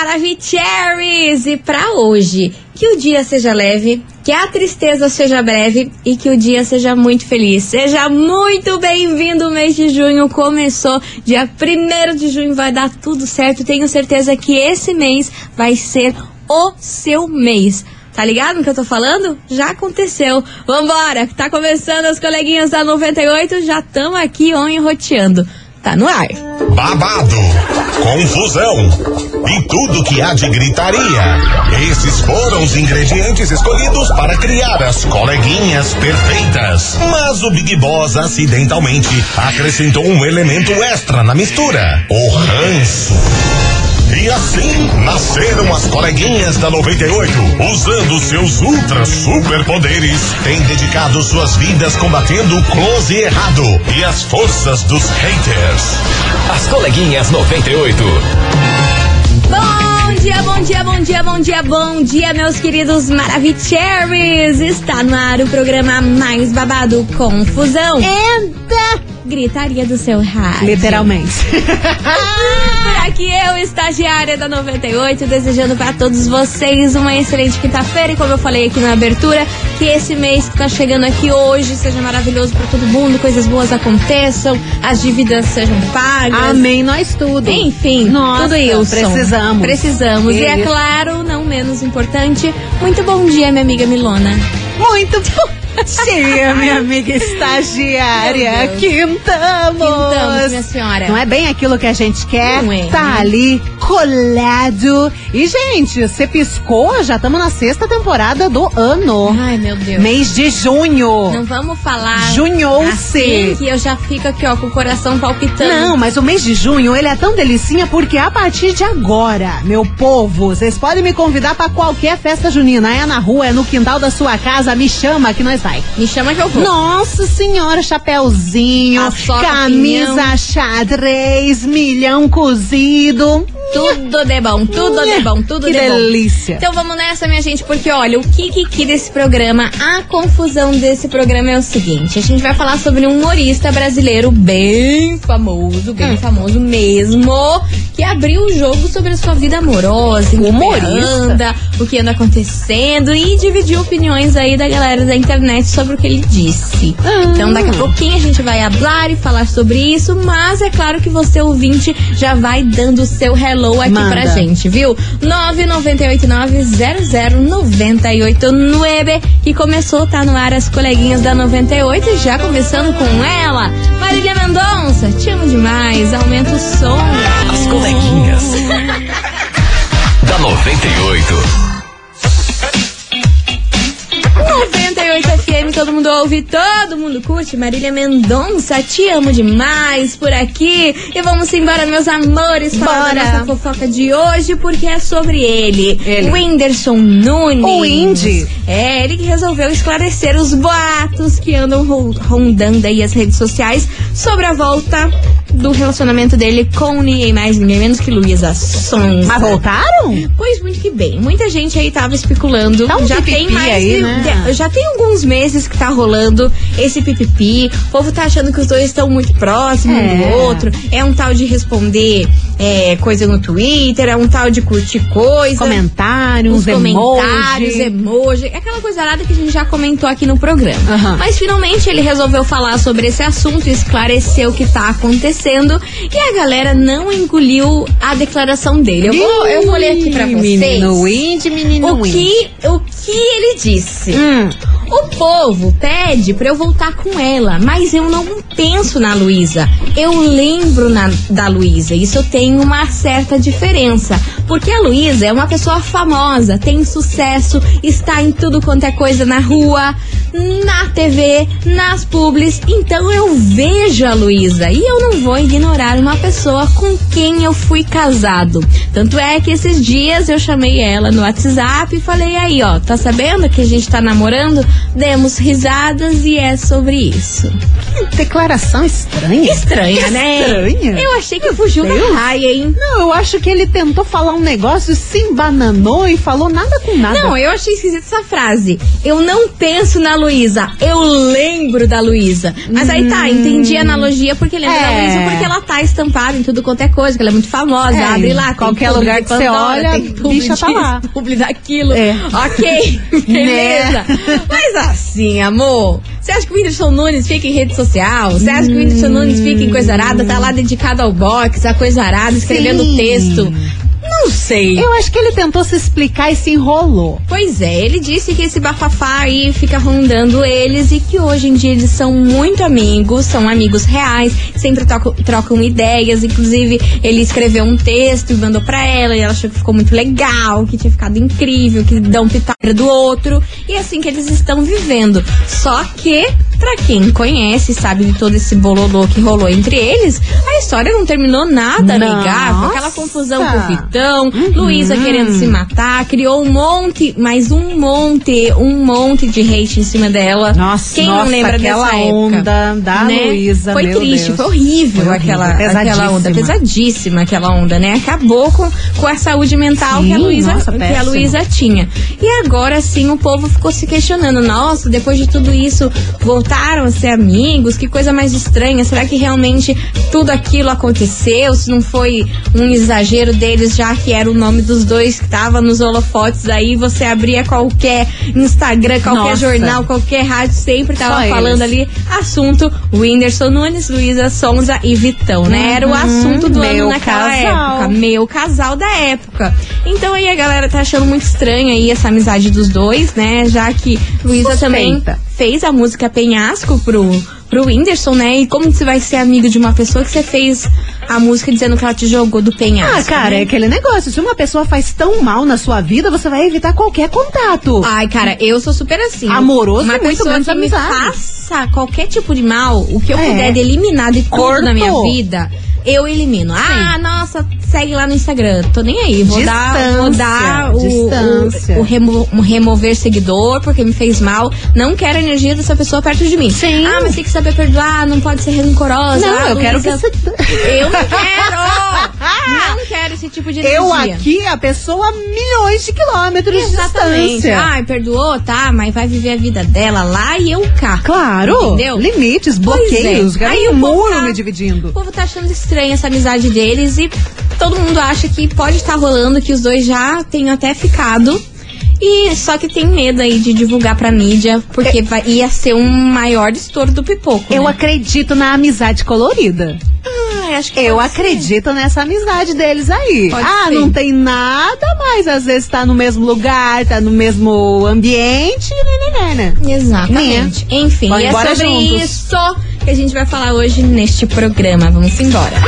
Maravicheries! E pra hoje, que o dia seja leve, que a tristeza seja breve e que o dia seja muito feliz. Seja muito bem-vindo, o mês de junho começou, dia 1º de junho vai dar tudo certo. Tenho certeza que esse mês vai ser o seu mês. Tá ligado no que eu tô falando? Já aconteceu. Vambora, tá começando as coleguinhas da 98, já tamo aqui enroteando. Tá no ar. Babado, confusão e tudo que há de gritaria. Esses foram os ingredientes escolhidos para criar as coleguinhas perfeitas. Mas o Big Boss acidentalmente acrescentou um elemento extra na mistura: o ranço. E assim nasceram as coleguinhas da 98, usando seus ultra superpoderes, têm dedicado suas vidas combatendo o close e errado e as forças dos haters. As coleguinhas 98. Bom dia, bom dia, bom dia, bom dia, bom dia, meus queridos Maravicheries! Está no ar o programa mais babado, confusão. Gritaria do seu rádio. Literalmente. Por aqui eu, estagiária da 98, desejando para todos vocês uma excelente quinta-feira. E como eu falei aqui na abertura, que esse mês que tá chegando aqui hoje seja maravilhoso para todo mundo, coisas boas aconteçam, as dívidas sejam pagas. Amém, nós tudo. Enfim, nossa, tudo isso. Precisamos. Isso. E é claro, não menos importante, muito bom dia, minha amiga Milona. Muito bom dia, minha amiga estagiária. Quintamos, minha senhora. Não é bem aquilo que a gente quer? Não é. Tá ali, colado. E, gente, você piscou, já estamos na 6ª temporada do ano. Ai, meu Deus. Mês de junho. Não vamos falar Junhou-se. assim que eu já fico aqui, ó, com o coração palpitando. Não, mas o mês de junho, ele é tão delicinha porque a partir de agora, meu povo, vocês podem me convidar pra qualquer festa junina. É na rua, é no quintal da sua casa, me chama que nós vai. Me chama que eu vou. Nossa senhora, chapéuzinho, camisa xadrez, milhão cozido. Tudo de bom, tudo de bom, tudo que de bom. Que delícia. Então vamos nessa, minha gente, porque olha, o que desse programa, a confusão desse programa é o seguinte: a gente vai falar sobre um humorista brasileiro bem famoso mesmo, que abriu o jogo sobre a sua vida amorosa, humorista, o que anda acontecendo e dividiu opiniões aí da galera da internet sobre o que ele disse. Então daqui a pouquinho a gente vai hablar e falar sobre isso, mas é claro que você, ouvinte, já vai dando o seu hello aqui pra gente, viu? 998900989, que começou, tá no ar as coleguinhas da 98 e já começando com ela, Marília Mendonça, te amo demais, aumenta o som. As coleguinhas da 98. 98 FM, todo mundo ouve, todo mundo curte. Marília Mendonça, te amo demais por aqui. E vamos embora, meus amores, falar da nossa fofoca de hoje, porque é sobre ele. O Whindersson Nunes. O Indy. É, ele que resolveu esclarecer os boatos que andam rondando aí as redes sociais sobre a volta do relacionamento dele com ninguém mais, ninguém menos que Luísa Sonza. Mas voltaram? Pois muito que bem. Muita gente aí tava especulando. Tá um já tem mais aí, né? Já tem alguns meses que tá rolando esse pipipi. O povo tá achando que os dois estão muito próximos um do outro. É um tal de responder coisa no Twitter, é um tal de curtir coisa. Comentários, emoji. Aquela coisa nada que a gente já comentou aqui no programa. Mas finalmente ele resolveu falar sobre esse assunto e esclarecer o que tá acontecendo. E a galera não engoliu a declaração dele. Eu vou ler aqui pra vocês. Menino Indy. O que ele disse. O povo pede pra eu voltar com ela, mas eu não penso na Luísa. Eu lembro da Luísa. Isso eu tenho uma certa diferença. Porque a Luísa é uma pessoa famosa, tem sucesso, está em tudo quanto é coisa na rua, na TV, nas publis. Então eu vejo a Luísa e eu não vou ignorar uma pessoa com quem eu fui casado. Tanto é que esses dias eu chamei ela no WhatsApp e falei: aí, ó, tá sabendo que a gente tá namorando? demos risadas e é sobre isso. Que declaração estranha. Estranha, né? Estranha. Eu achei que fugiu da raia, hein? Não, eu acho que ele tentou falar um negócio, se embananou e falou nada com nada. Não, eu achei esquisita essa frase. Eu não penso na Luísa, eu lembro da Luísa. Mas aí tá, entendi a analogia porque lembra da Luísa, porque ela tá estampada em tudo quanto é coisa, que ela é muito famosa, abre lá, qualquer lugar que você olha, a bicha tá lá. Publi daquilo. É. Ok, beleza. Mas assim, amor, você acha que o Whindersson Nunes fica em rede social? Você acha que o Whindersson Nunes fica em coisa arada? Tá lá dedicado ao boxe, a coisa arada, escrevendo texto? Não sei. Eu acho que ele tentou se explicar e se enrolou. Pois é, ele disse que esse bafafá aí fica rondando eles e que hoje em dia eles são muito amigos, são amigos reais, sempre trocam ideias. Inclusive, ele escreveu um texto e mandou pra ela e ela achou que ficou muito legal, que tinha ficado incrível, que dá um pitaco do outro. E é assim que eles estão vivendo. Só que, pra quem conhece e sabe de todo esse bololô que rolou entre eles, a história não terminou nada amigável, aquela confusão com o Vitão. Luísa querendo se matar, criou um monte de hate em cima dela. Nossa, quem não lembra aquela dessa onda da Luísa, foi meu triste, Deus. foi horrível aquela onda, pesadíssima aquela onda, né? Acabou com a saúde mental que a Luísa tinha. E agora sim o povo ficou se questionando, nossa, depois de tudo isso voltaram a ser amigos, que coisa mais estranha, será que realmente tudo aquilo aconteceu, se não foi um exagero deles, já que era o nome dos dois que tava nos holofotes aí, você abria qualquer Instagram, qualquer jornal, qualquer rádio, sempre tava falando ali, assunto Whindersson Nunes, Luísa Sonza e Vitão, né? Era o assunto do ano naquela época, meu casal da época. Então aí a galera tá achando muito estranha aí essa amizade dos dois, né? Já que Luísa também fez a música Penhasco pro Whindersson, né? E como você vai ser amigo de uma pessoa que você fez a música dizendo que ela te jogou do penhasco? Ah, cara, né? É aquele negócio. Se uma pessoa faz tão mal na sua vida, você vai evitar qualquer contato. Ai, cara, eu sou super assim. Amoroso e muito menos amizade. Me faça qualquer tipo de mal, o que eu puder de eliminar de tudo na minha vida, eu elimino. Sim. Ah, nossa, segue lá no Instagram. Tô nem aí. Vou dar o remover seguidor porque me fez mal. Não quero a energia dessa pessoa perto de mim. Sim. Ah, mas tem que saber perdoar, não pode ser rancorosa. Não, eu quero que você... Eu não quero! Não quero esse tipo de energia. Eu aqui, a pessoa a milhões de quilômetros de distância. Ai, perdoou, tá, mas vai viver a vida dela lá e eu cá. Claro. Entendeu? Limites, bloqueios. Aí o muro me dividindo. O povo tá achando estranha essa amizade deles e todo mundo acha que pode estar rolando, que os dois já tenham até ficado. E só que tem medo aí de divulgar pra mídia, porque ia ser um maior estouro do pipoco. Eu acredito na amizade colorida. Acho que eu acredito nessa amizade deles aí. Pode ser. Não tem nada, mas às vezes tá no mesmo lugar, tá no mesmo ambiente, né? Exatamente. Enfim, é sobre isso que a gente vai falar hoje neste programa. Vamos embora.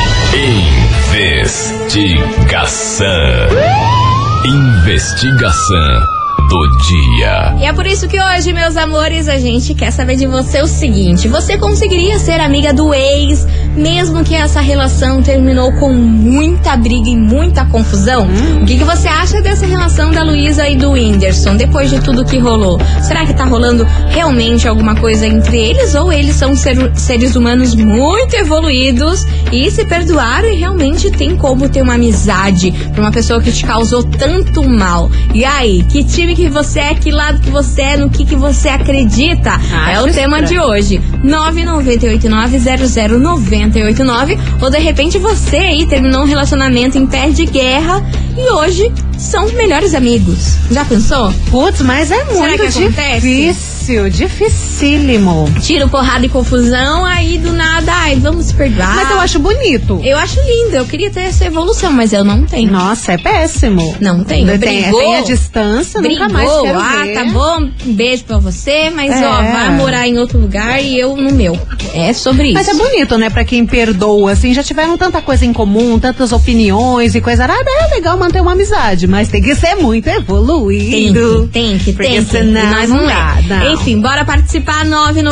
Investigação do dia. E é por isso que hoje, meus amores, a gente quer saber de você o seguinte: você conseguiria ser amiga do ex, mesmo que essa relação terminou com muita briga e muita confusão? O que você acha dessa relação da Luísa e do Whindersson, depois de tudo que rolou? Será que tá rolando realmente alguma coisa entre eles, ou eles são seres humanos muito evoluídos e se perdoaram e realmente tem como ter uma amizade pra uma pessoa que te causou tanto mal? E aí, que time que você é, que lado que você é, no que você acredita? É o tema de hoje. 998900989. Ou de repente você aí terminou um relacionamento em pé de guerra e hoje são melhores amigos. Já pensou? Putz, mas é muito difícil, dificílimo. Tiro, porrada e confusão, aí do nada, vamos se perdoar. Mas eu acho bonito. Eu acho lindo, eu queria ter essa evolução, mas eu não tenho. Nossa, é péssimo. Não tenho. Tem a distância, nunca mais quero ver. Tá bom, um beijo pra você, mas vai morar em outro lugar e eu no meu. É sobre isso. Mas é bonito, né, pra quem perdoa, assim, já tiveram tanta coisa em comum, tantas opiniões e coisa arada, é legal manter uma amizade, mas tem que ser muito evoluído. Tem que. Senão nós não dá. Enfim, bora participar,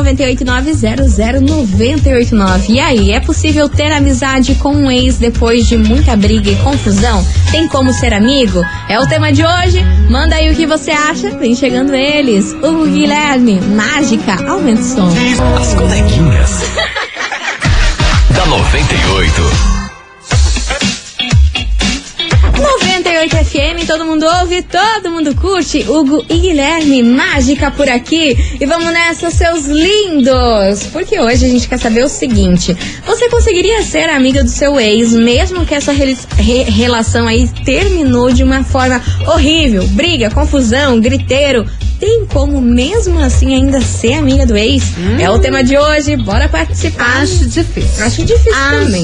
998900989. E aí, é possível ter amizade com um ex depois de muita briga e confusão? Tem como ser amigo? É o tema de hoje. Manda aí o que você acha. Vem chegando eles. O Guilherme, Mágica, aumenta o som. As coleguinhas da 98. 98 FM, todo mundo ouve, todo mundo curte. Hugo e Guilherme, Mágica por aqui. E vamos nessa, seus lindos. Porque hoje a gente quer saber o seguinte: você conseguiria ser amiga do seu ex, mesmo que essa relação aí terminou de uma forma horrível? Briga, confusão, griteiro. Tem como mesmo assim ainda ser amiga do ex? É o tema de hoje, bora participar. Acho difícil. Acho difícil também.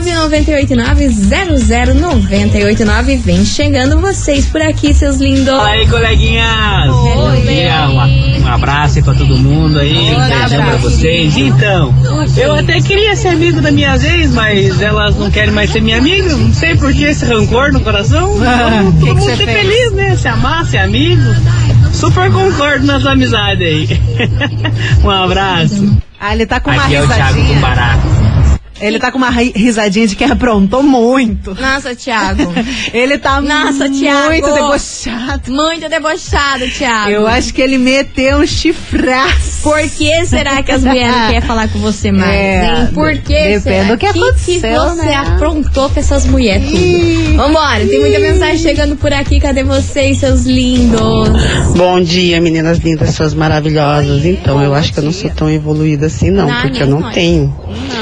998900989. Vem chegando vocês por aqui, seus lindos. Fala aí, coleguinhas. Bom dia, um abraço aí pra todo mundo aí. Um beijão pra vocês. Então, eu até queria ser amigo das minhas ex, mas elas não querem mais ser minha amiga. Não sei por que esse rancor no coração. Vamos todo mundo ser feliz, né? Se amar, ser amigo. Super concordo nas amizades aí. Um abraço. Ele tá com uma Aqui risadinha. é o Thiago do Bará. Ele tá com uma risadinha de quem aprontou muito. Nossa, Thiago. Ele tá Thiago. muito debochado. Muito debochado, Thiago. Eu acho que ele meteu um chifraço. Por que será que as mulheres querem falar com você mais, hein? Por que depende será? do que aconteceu, você né? aprontou com essas mulheres tudo? Vambora, tem muita mensagem chegando por aqui. Cadê vocês, seus lindos? Bom dia, meninas lindas, suas maravilhosas. Então, eu acho que eu não sou tão evoluída assim, não, porque eu não tenho,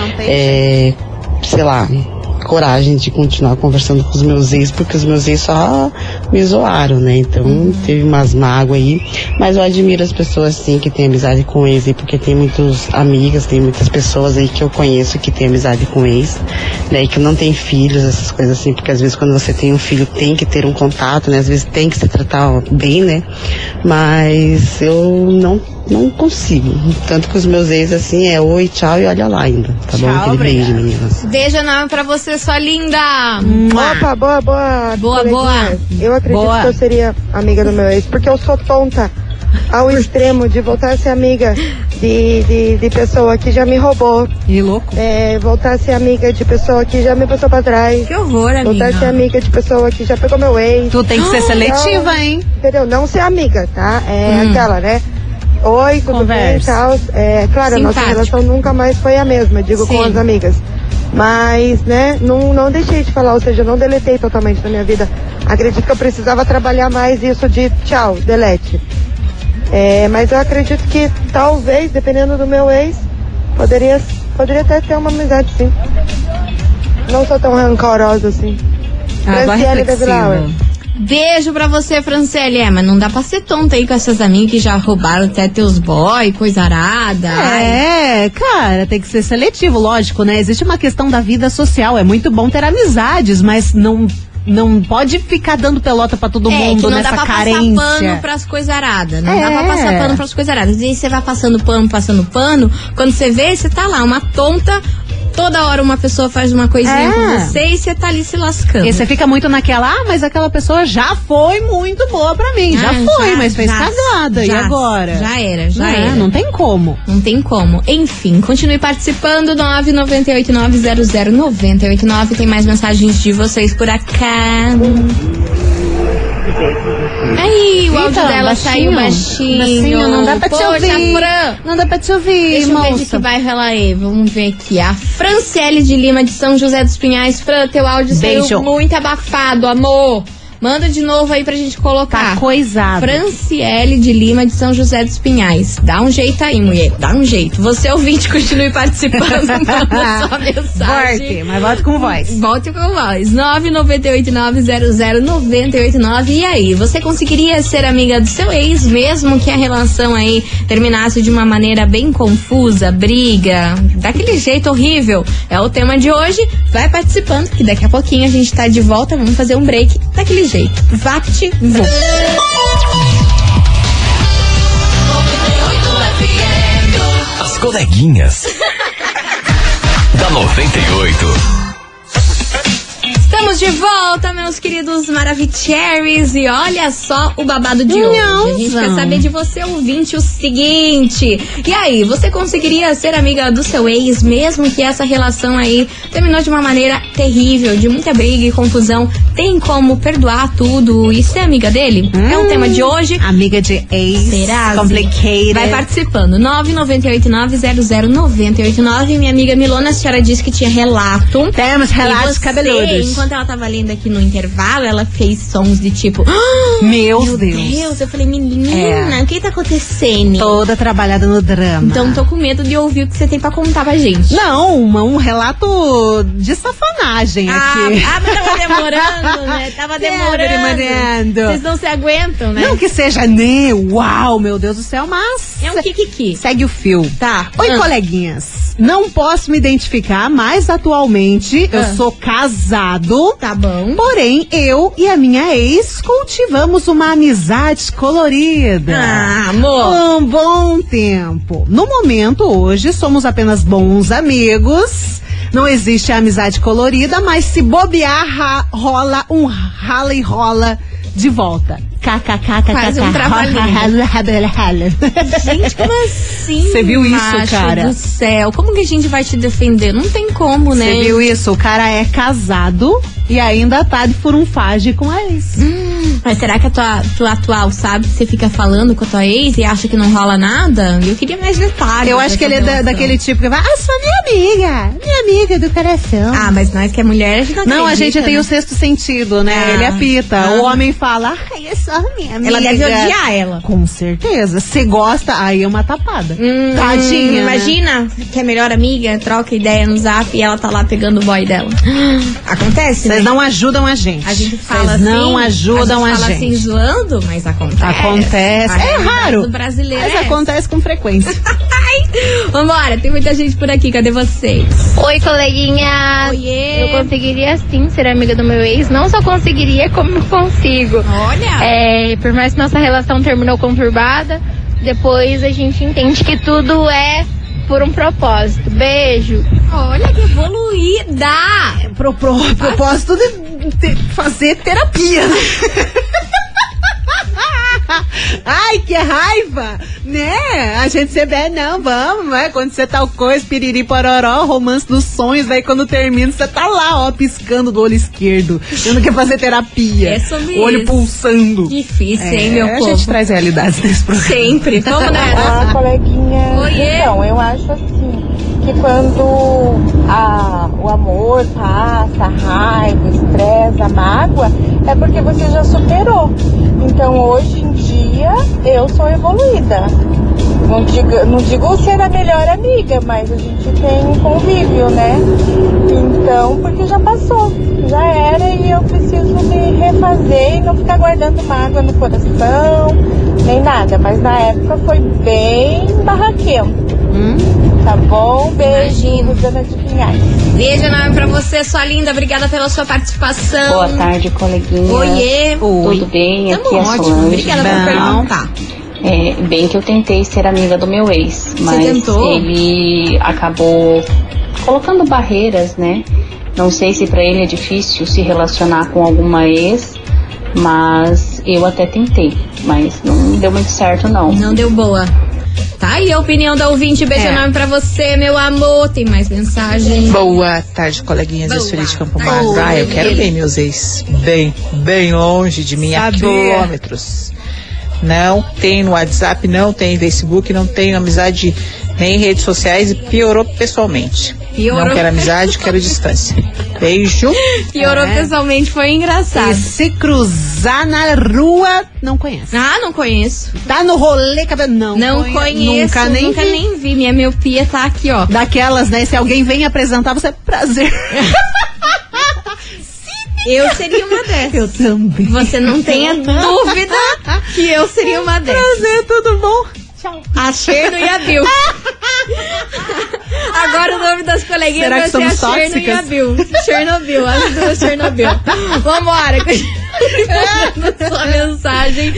sei lá, coragem de continuar conversando com os meus ex, porque os meus ex só me zoaram, né? Então, teve umas mágoas aí, mas eu admiro as pessoas, sim, que têm amizade com ex, porque tem muitas amigas, tem muitas pessoas aí que eu conheço que têm amizade com ex, né? E que não tem filhos, essas coisas assim, porque às vezes quando você tem um filho tem que ter um contato, né? Às vezes tem que se tratar bem, né? Mas eu não consigo. Tanto que os meus ex, assim, é oi, tchau e olha lá ainda. Tá bom? Aquele beijo, meninas. Beijo enorme pra você, sua linda. Opa, boa. Boa. Eu acredito que eu seria amiga do meu ex, porque eu sou tonta ao extremo de voltar a ser amiga de pessoa que já me roubou. Que louco. Voltar a ser amiga de pessoa que já me passou pra trás. Que horror, amiga. Voltar a ser amiga de pessoa que já pegou meu ex. Tu tem que ser seletiva, hein? Entendeu? Não ser amiga, tá? Aquela, né? Oi, tudo bem e tal. Claro, a nossa relação nunca mais foi a mesma, digo, com as amigas. Mas, né, não deixei de falar, ou seja, não deletei totalmente da minha vida. Acredito que eu precisava trabalhar mais isso de tchau, delete. Mas eu acredito que talvez, dependendo do meu ex, poderia até ter uma amizade, sim. Não sou tão rancorosa assim. Franciele da Vila. Beijo pra você, Franciele. Mas não dá pra ser tonta aí com essas amigas que já roubaram até teus boy, coisa arada. Cara, tem que ser seletivo, lógico, né? Existe uma questão da vida social. É muito bom ter amizades, mas não pode ficar dando pelota pra todo mundo nessa carência. Não dá pra passar pano pras coisas aradas. Não dá pra passar pano pras coisas aradas. E aí você vai passando pano. Quando você vê, você tá lá, uma tonta. Toda hora uma pessoa faz uma coisinha com você e você tá ali se lascando. E você fica muito naquela, mas aquela pessoa já foi muito boa pra mim. Mas fez cagada. E agora? Já era. Não tem como. Não tem como. Enfim, continue participando. 998900989. Tem mais mensagens de vocês por cá. Aí, o áudio dela saiu baixinho. Não dá pra te ouvir. Fran. Não dá pra te ouvir, Deixa eu ver de que bairro ela é. Vamos ver aqui. A Franciele de Lima, de São José dos Pinhais. Fran, teu áudio saiu muito abafado, amor. Manda de novo aí pra gente colocar. Tá coisado. Franciele de Lima, de São José dos Pinhais. Dá um jeito aí, mulher. Dá um jeito. Você ouvinte, continue participando. Manda sua mensagem. Mas volte com voz. Volte com voz. 998900989. E aí, você conseguiria ser amiga do seu ex, mesmo que a relação aí terminasse de uma maneira bem confusa, briga, daquele jeito horrível? É o tema de hoje. Vai participando, que daqui a pouquinho a gente tá de volta. Vamos fazer um break daquele jeito. Vapt-vupt. As coleguinhas da 98. Estamos de volta, meus queridos Maravicheries. E olha só o babado de hoje. A gente quer saber de você, ouvinte, o seguinte. E aí, você conseguiria ser amiga do seu ex, mesmo que essa relação aí terminou de uma maneira terrível, de muita briga e confusão? Tem como perdoar tudo e ser amiga dele? É o tema de hoje. Amiga de ex. Será? Complicated. Vai participando. 998900989. Minha amiga Milona, a senhora disse que tinha relato. Temos relatos cabeludos. Enquanto ela tava lendo aqui no intervalo, ela fez sons de tipo... Meu Deus. Eu falei, menina, o que tá acontecendo? Toda trabalhada no drama. Então tô com medo de ouvir o que você tem pra contar pra gente. Não, um relato de safanagem aqui. Mas tava demorando, né? Tava demorando. Vocês não se aguentam, né? Não que seja nem uau, meu Deus do céu, mas... É um kikiki. Segue o fio. Tá. Oi, coleguinhas. Não posso me identificar, mas atualmente eu sou casado. Tá bom. Porém, eu e a minha ex cultivamos uma amizade colorida. Amor. Um bom tempo. No momento, hoje, somos apenas bons amigos. Não existe a amizade colorida, mas se bobear, rola um rala e rola de volta. Faz um trabalhinho. Gente, como assim? Você viu isso, cara? Do céu. Como que a gente vai te defender? Não tem como, né? Você viu isso? O cara é casado e ainda tá de furunfage com a ex. Mas será que a tua atual sabe que você fica falando com a tua ex e acha que não rola nada? Eu queria mais detalhes. Eu acho que ele é daquele tipo que vai, sou minha amiga do coração. Mas nós que é mulher, a gente não acredita, a gente tem o sexto sentido, né? Ele apita. O homem fala, é só minha amiga. Ela deve odiar ela. Com certeza. Se gosta, aí é uma tapada. Tadinha. Imagina que é melhor amiga, troca ideia no zap e ela tá lá pegando o boy dela. Acontece, Vocês não ajudam a gente. A gente fala Vocês assim. não ajudam a gente. Fala assim zoando, mas acontece. Acontece. É raro. Brasileiro mas acontece com frequência. Vambora, tem muita gente por aqui. Cadê vocês? Oi, coleguinha. Oiê. Eu conseguiria sim ser amiga do meu ex. Não só conseguiria, como consigo. Olha. Por mais que nossa relação terminou conturbada, depois a gente entende que tudo é por um propósito. Beijo. Olha que evoluída. Propósito de fazer terapia. Ai, que raiva, né? A gente se vê, não, vamos, né? Quando você tal coisa, piriri pororó, romance dos sonhos, daí quando termina, você tá lá, ó, piscando do olho esquerdo, tendo que fazer terapia. É sobre o olho isso. pulsando. Difícil, hein, meu povo? A gente traz realidades nesse programa. Sempre. Vamos nessa. Olá, coleguinha. Oiê. Então, eu acho assim, que quando o amor passa, a raiva, o estresse, a mágoa, é porque você já superou. Então, hoje em dia, eu sou evoluída. Não digo ser a melhor amiga, mas a gente tem um convívio, né? Então, porque já passou, já era, e eu preciso me refazer e não ficar guardando mágoa no coração, nem nada. Mas na época foi bem barraquento. Tá bom? Beijo, Rosana de Pinhais. Beijo enorme pra você, sua linda. Obrigada pela sua participação. Boa tarde, coleguinha. Oiê. Tudo bem? Tamo aqui é a ótimo. Solange. Obrigada por perguntar. Bem que eu tentei ser amiga do meu ex, mas ele acabou colocando barreiras, né? Não sei se pra ele é difícil se relacionar com alguma ex, mas eu até tentei, mas não deu muito certo, não. Não deu boa. Tá aí a opinião da ouvinte. Beijo enorme pra você, meu amor. Tem mais mensagem? Boa tarde, coleguinhas. Eu sou de Campo Maior. Eu quero ver meus ex bem longe de mim, a quilômetros. Não tem no WhatsApp, não tem Facebook, não tenho amizade nem em redes sociais e piorou pessoalmente. Não quero amizade, quero distância. Beijo. Piorou pessoalmente, foi engraçado. E se cruzar na rua, não conhece. Não conheço. Tá no rolê, cabelo? Não conheço. Nunca nem vi. Minha miopia tá aqui, ó. Daquelas, né? Se alguém vem apresentar, você é prazer. Eu seria uma dessas. Eu também. Você não tenha dúvida que eu seria uma dessas. Prazer, tudo bom? Tchau. A Cherno e a Bill. Agora o nome das coleguinhas vai ser a Cherno e a Bill. Chernobyl, as duas Chernobyl. Vambora. Sua mensagem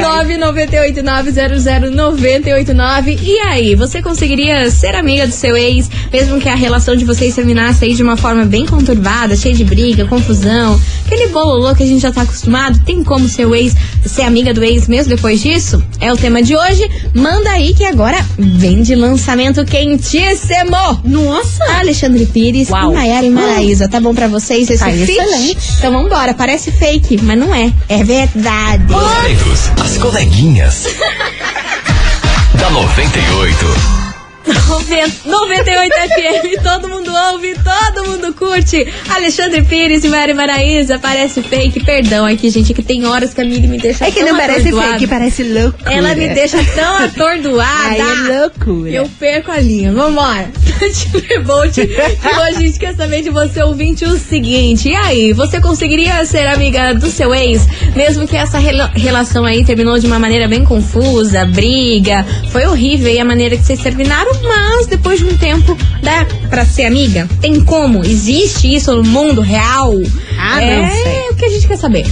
998900989. E aí, você conseguiria ser amiga do seu ex, mesmo que a relação de vocês terminasse aí de uma forma bem conturbada, cheia de briga, confusão, aquele bololô que a gente já tá acostumado? Tem como seu ex ser amiga do ex mesmo depois disso? É o tema de hoje. Manda aí que agora vem de lançamento quentíssimo. Nossa! Alexandre Pires e Maiara Maraíza. Tá bom pra vocês esse feat? Excelente. Então vambora. Parece fake, mas não é. É verdade. As coleguinhas da 98. 98 FM, todo mundo ouve, todo mundo curte. Alexandre Pires e Maiara Maraíza. Parece fake, perdão aqui, gente, que tem horas que a Mili me deixa que não parece fake, parece loucura. Ela me deixa tão atordoada. Ai, é loucura. Eu perco a linha. Vambora. Bolt, hoje a gente quer saber de você, ouvinte, o seguinte: e aí, você conseguiria ser amiga do seu ex, mesmo que essa relação aí terminou de uma maneira bem confusa, briga, foi horrível aí a maneira que vocês terminaram, mas depois de um tempo dá pra ser amiga? Tem como? Existe isso no mundo real? Não sei. É o que a gente quer saber.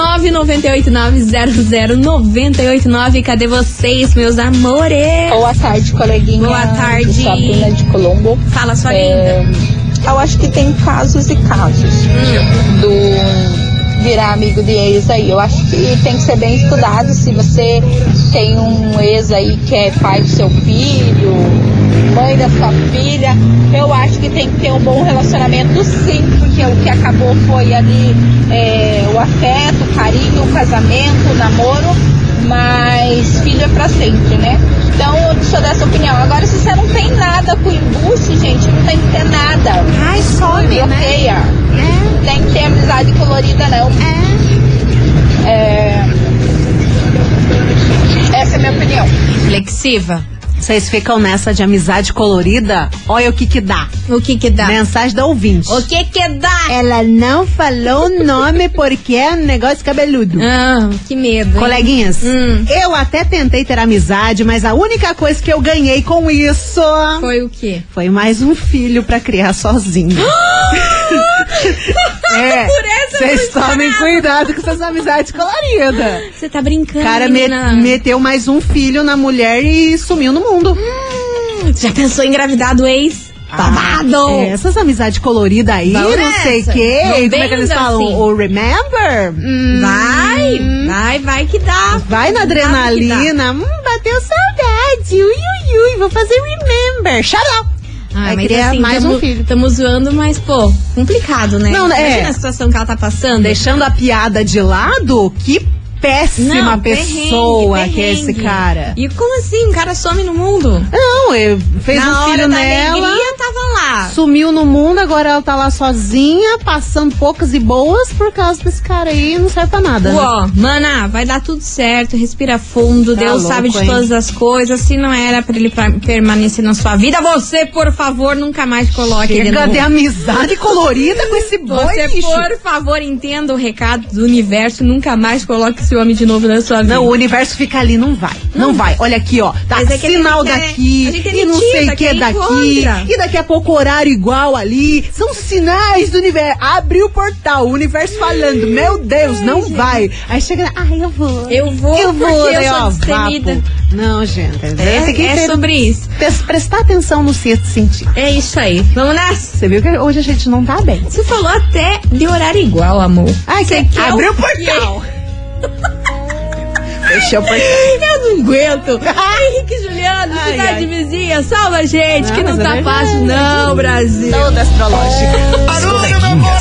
998900989. Cadê vocês, meus amores? Boa tarde, coleguinha. Boa tarde. Sabrina de Colombo. Fala, sua linda. Eu acho que tem casos e casos do virar amigo de ex aí. Eu acho que tem que ser bem estudado. Se você tem um ex aí que é pai do seu filho, mãe da sua filha, eu acho que tem que ter um bom relacionamento, sim, porque o que acabou foi ali o afeto, o carinho, o casamento, o namoro, mas filho é pra sempre, né? Então, deixa eu dar essa opinião. Agora, se você não tem nada com embuste, gente, não tem que ter nada. Ai, some, bloqueia. Não tem que ter amizade colorida, não. Essa é a minha opinião. Reflexiva. Vocês ficam nessa de amizade colorida? Olha o que dá. O que dá? Mensagem da ouvinte. O que dá? Ela não falou o nome porque é um negócio cabeludo. Que medo, hein? Coleguinhas, eu até tentei ter amizade, mas a única coisa que eu ganhei com isso... Foi o quê? Foi mais um filho pra criar sozinho. Vocês tomem cuidado com essas amizades coloridas. Você tá brincando, O cara meteu mais um filho na mulher e sumiu no mundo. Já pensou em engravidar do ex? Babado! Essas amizades coloridas aí, Vamos não sei o quê. Como é que eles falam? assim. O remember? Vai que dá. Vai na adrenalina. Bateu saudade. Ui, vou fazer remember. Xará. Mas criar assim, mais um filho. Estamos zoando, mas, pô, complicado, né? Não, imagina a situação que ela tá passando. Deixando a piada de lado, que péssima pessoa perrengue. que é esse cara. E como assim? O cara some no mundo? Não, fez Na um filho hora da nela. alegria, tava lá. Sumiu no mundo, agora ela tá lá sozinha, passando poucas e boas por causa desse cara aí, não serve pra nada. Ó, mana, vai dar tudo certo, respira fundo, Deus louco, sabe de hein? todas as coisas. Se não era pra ele permanecer na sua vida, você, por favor, nunca mais coloque ele Chega no... de amizade colorida com esse boy, Você, bicho. por favor, entenda o recado do universo, nunca mais coloque esse homem de novo na sua vida. Não, o universo fica ali, não vai. Não vai. Olha aqui, ó. Tá Mas é que sinal a gente daqui, a gente e não sei o que daqui. encontra. E daqui a pouco horário igual ali. São sinais do universo. Abriu o portal, o universo falando. Meu Deus, não vai. Aí chega, eu vou. Eu vou, porque daí, eu sou ó, destemida. vapo. Não, gente. Tem que É sobre isso. prestar atenção no sexto sentido. É isso aí. Vamos nessa? Você viu que hoje a gente não tá bem. Você falou até de horário igual, amor. Você quer abriu o o portal. Fechou o portal. Eu não aguento. Henrique Juliano, cidade vizinha, salva a gente, que não tá fácil, não, Brasil. Toda astrológica. As coleguinhas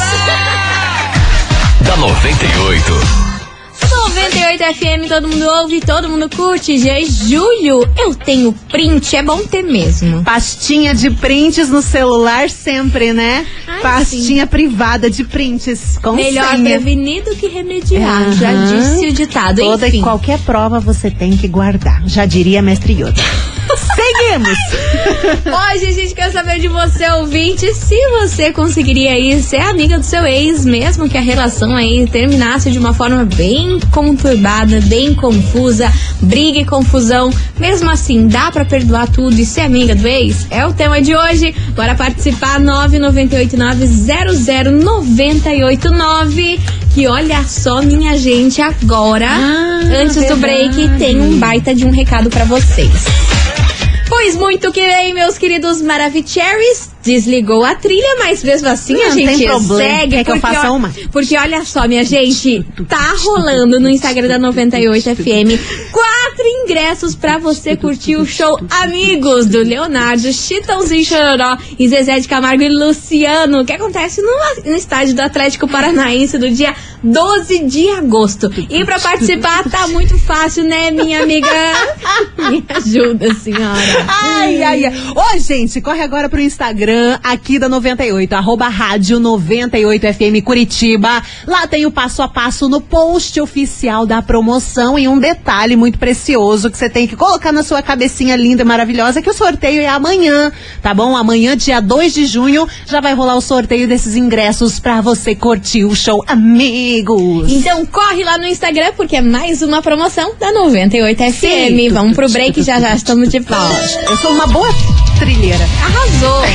da 98. 98 FM, todo mundo ouve, todo mundo curte. Já é julho, eu tenho print, é bom ter mesmo. Pastinha de prints no celular sempre, né? Ai, Pastinha privada de prints com Melhor senha. prevenido que remediar, Aham. já disse o ditado. Toda Enfim. e qualquer prova você tem que guardar, já diria mestre Yoda. Seguimos! Hoje a gente quer saber de você, ouvinte, se você conseguiria aí ser amiga do seu ex, mesmo que a relação aí terminasse de uma forma bem conturbada, bem confusa, briga e confusão. Mesmo assim, dá pra perdoar tudo e ser amiga do ex? É o tema de hoje. Bora participar, 998900989. que olha só, minha gente, agora, antes do break, tem um baita de um recado pra vocês. Pois muito que bem, meus queridos Maravicheries. Desligou a trilha, mas mesmo assim a gente segue. Quer que eu faça uma? Porque olha só, minha gente, tá rolando no Instagram da 98FM 4 ingressos pra você curtir o show Amigos do Leonardo, Chitãozinho Chororó e Zezé de Camargo e Luciano, que acontece no estádio do Atlético Paranaense do dia 12 de agosto. E pra participar tá muito fácil, né, minha amiga? Me ajuda, senhora. Ai. Ô, gente, corre agora pro Instagram aqui da 98, @rádio 98FM Curitiba. Lá tem o passo a passo no post oficial da promoção e um detalhe muito precioso que você tem que colocar na sua cabecinha linda e maravilhosa, que o sorteio é amanhã, tá bom? Amanhã, dia 2 de junho, já vai rolar o sorteio desses ingressos pra você curtir o show Amigos. Então corre lá no Instagram, porque é mais uma promoção da 98FM. Vamos pro break, já estamos de volta. Eu sou uma boa trilheira. Arrasou.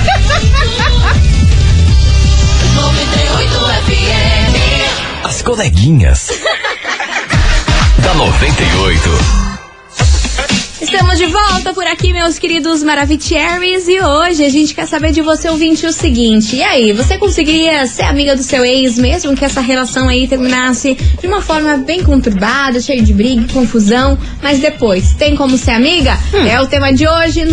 98 FM. As coleguinhas. Da 98. Estamos de volta por aqui, meus queridos Maravicheries, e hoje a gente quer saber de você, ouvinte, o seguinte: e aí, você conseguiria ser amiga do seu ex, mesmo que essa relação aí terminasse de uma forma bem conturbada, cheia de briga e confusão, mas depois, tem como ser amiga? É o tema de hoje,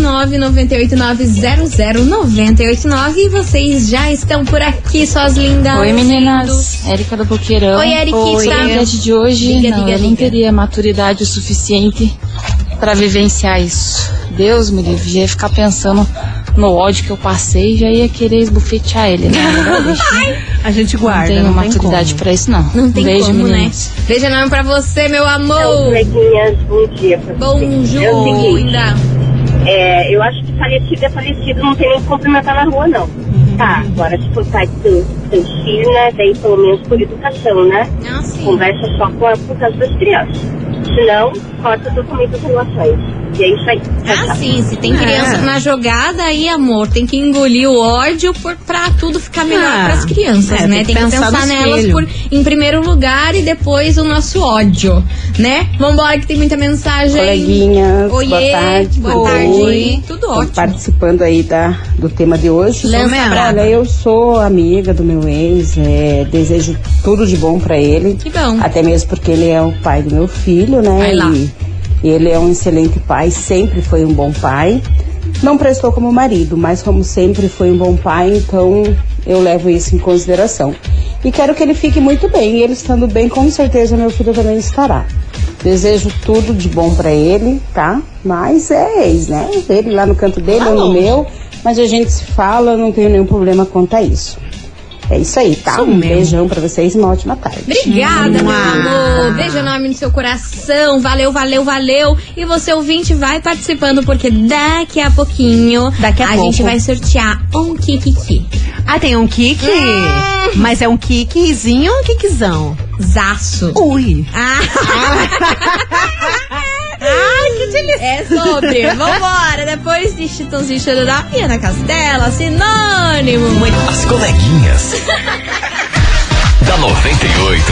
998900989, e vocês já estão por aqui, suas lindas. Oi, meninas, Érica do Boqueirão. Oi, Eriquita. A enquete de hoje, eu não teria maturidade o suficiente pra vivenciar isso. Deus me livre, já ia ficar pensando no ódio que eu passei, já ia querer esbufetear ele, né? A gente guarda. Não tenho maturidade pra isso, não. Não tem Beijo, como, meninas. né? Beijo enorme pra você, meu amor. Então, coleguinhas, bom dia pra Bom vocês. dia, linda. Eu acho que falecido é falecido, não tem nem que cumprimentar na rua, não. Tá, agora se for pai do seu filho, né, daí pelo menos por educação, né? Conversa só por causa das crianças. Senão, corta totalmente as relações. E é isso aí. Sim, se tem criança na jogada, aí, amor, tem que engolir o ódio pra tudo ficar melhor pras crianças, né? Tem que pensar nelas em primeiro lugar e depois o nosso ódio, né? Vambora que tem muita mensagem. Coleguinhas, Oiê, boa tarde. Boa tarde. Oi. Tudo ótimo. Participando aí do tema de hoje. Olha, eu sou amiga do meu ex, desejo tudo de bom pra ele. Que bom. Até mesmo porque ele é o pai do meu filho, né? Vai lá. E ele é um excelente pai, sempre foi um bom pai. Não prestou como marido, mas como sempre foi um bom pai, então eu levo isso em consideração. E quero que ele fique muito bem, e ele estando bem, com certeza meu filho também estará. Desejo tudo de bom pra ele, tá? Mas é ex, né? Ele lá no canto dele, eu no meu, mas a gente se fala, não tenho nenhum problema quanto a isso. É isso aí, tá? Beijão pra vocês e uma ótima tarde. Obrigada, meu amor. Beijo enorme no seu coração. Valeu, valeu, valeu. E você, ouvinte, vai participando, porque daqui a pouquinho a gente vai sortear um Kikiki. Ah, tem um Kiki? Mas é um Kikizinho ou um Kikizão? Zaço. Ui. Ai, que delícia. É sobre. Vambora. Depois de Chitãozinho Chororó e Ana Castela, sinônimo. As coleguinhas. Da 98.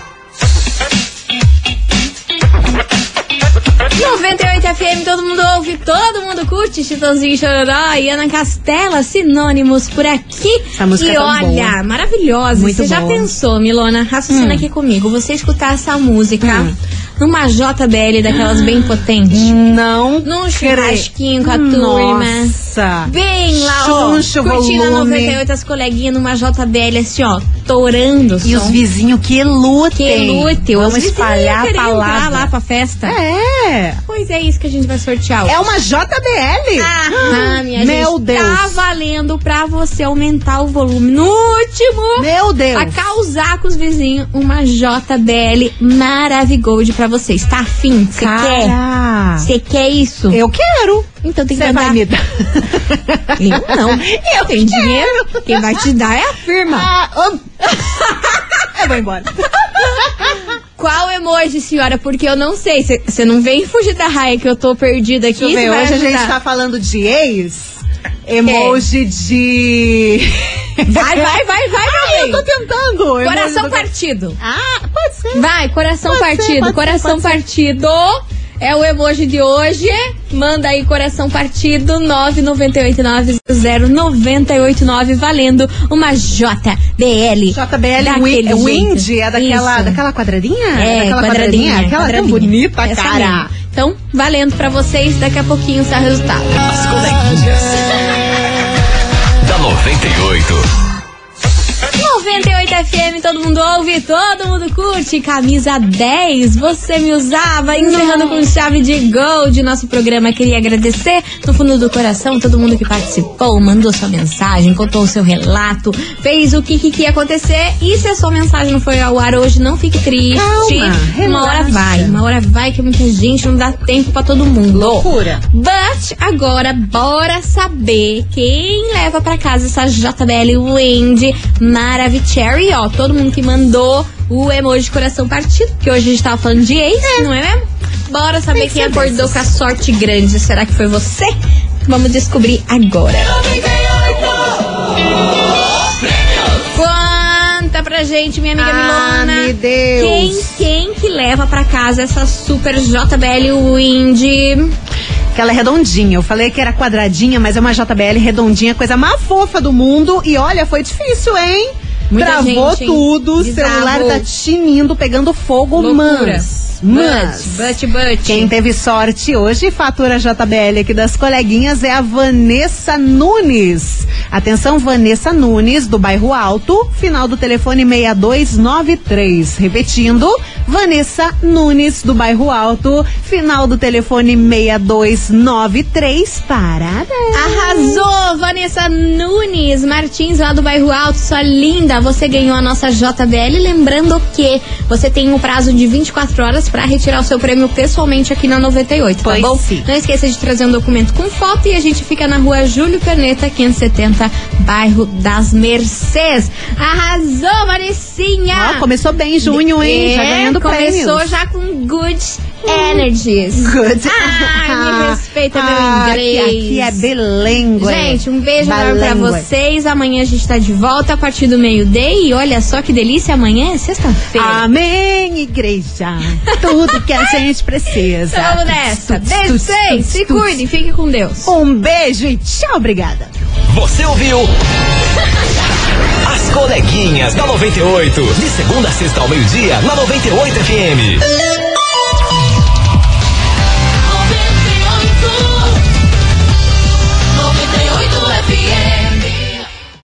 98 FM, todo mundo ouve, todo mundo curte. Chitãozinho Chororó e Ana Castela, sinônimos por aqui. Essa música e é tão olha, boa. Maravilhosa. Muito Você já boa. pensou, Milona? Raciocina aqui comigo. Você escutar essa música numa JBL daquelas bem potentes? Não. Num churrasquinho com a turma. Nossa. Bem lá, ó. Chuncho, Curtindo a volume. 98, as coleguinhas numa JBL, assim, ó, torando o E som. os vizinhos que lutem. Que lute. Vamos Os vizinhos espalhar a querendo palavra. entrar lá pra festa. É. Pois é isso que a gente vai sortear hoje. É uma JBL? Minha Meu gente, Deus. tá valendo pra você aumentar o volume no último. Meu Deus. Pra causar com os vizinhos uma JBL Maravigold pra vocês. Tá afim? Você quer? Você quer isso? Eu quero. Então tem que Você andar. vai me dar? Eu não. Eu tenho dinheiro. Quem vai te dar é a firma. Eu vou embora. Qual emoji, senhora? Porque eu não sei. Você não vem fugir da raia que eu tô perdida aqui. Deixa eu ver, você vai hoje a gente ajudar. tá falando de ex. Emoji de... Vai, meu eu tô tentando. Coração partido. Pode ser. Vai, coração partido. Coração partido. É o emoji de hoje. Manda aí coração partido 998900989 valendo uma JBL. JBL Wind é daquela quadradinha? Daquela quadradinha. Aquela tão bonita, essa cara. Mesmo. Então, valendo pra vocês, daqui a pouquinho sai o resultado. As coleguinhas da 98. 98 FM, todo mundo ouve, todo mundo curte. Camisa 10, você me usava. Encerrando com chave de gold nosso programa. Queria agradecer no fundo do coração todo mundo que participou, mandou sua mensagem, contou o seu relato, fez o que ia acontecer. E se a sua mensagem não foi ao ar hoje, não fique triste. Uma hora vai que muita gente, não dá tempo pra todo mundo. Loucura. But agora, bora saber quem leva pra casa essa JBL Wind Maravicherry, ó, todo mundo que mandou o emoji de coração partido, que hoje a gente tava falando de ex, não é mesmo? Bora saber quem acordou com a sorte grande. Será que foi você? Vamos descobrir agora. Conta pra gente, minha amiga Milona. Meu Deus. Quem que leva pra casa essa super JBL Wind? Aquela redondinha. Eu falei que era quadradinha, mas é uma JBL redondinha, coisa mais fofa do mundo. E olha, foi difícil, hein? Travou tudo, o celular tá tinindo, pegando fogo, But. Quem teve sorte hoje, fatura JBL aqui das coleguinhas, é a Vanessa Nunes. Atenção, Vanessa Nunes, do Bairro Alto, final do telefone 6293. Repetindo, Vanessa Nunes, do Bairro Alto, final do telefone 6293. Parada. Arrasou, Vanessa Nunes Martins, lá do Bairro Alto, sua linda. Você ganhou a nossa JBL. Lembrando que você tem um prazo de 24 horas pra retirar o seu prêmio pessoalmente aqui na 98, tá bom? Sim. Não esqueça de trazer um documento com foto e a gente fica na rua Júlio Perneta, 570, bairro das Mercês. Arrasou, Vanessinha! Começou bem junho, hein? Já ganhando prêmios. Começou já com good energies. Good. Me respeita, meu inglês. Aqui é Belém. Gente, um beijo enorme pra vocês. Amanhã a gente tá de volta a partir do meio-dia. E olha só que delícia, amanhã é sexta-feira. Amém, igreja. Tudo que a gente precisa. Então vamos nessa. Beijo, vocês. Se cuidem, fiquem com Deus. Um beijo e tchau, obrigada. Você ouviu As Coleguinhas da 98. De segunda a sexta ao meio-dia, na 98 FM.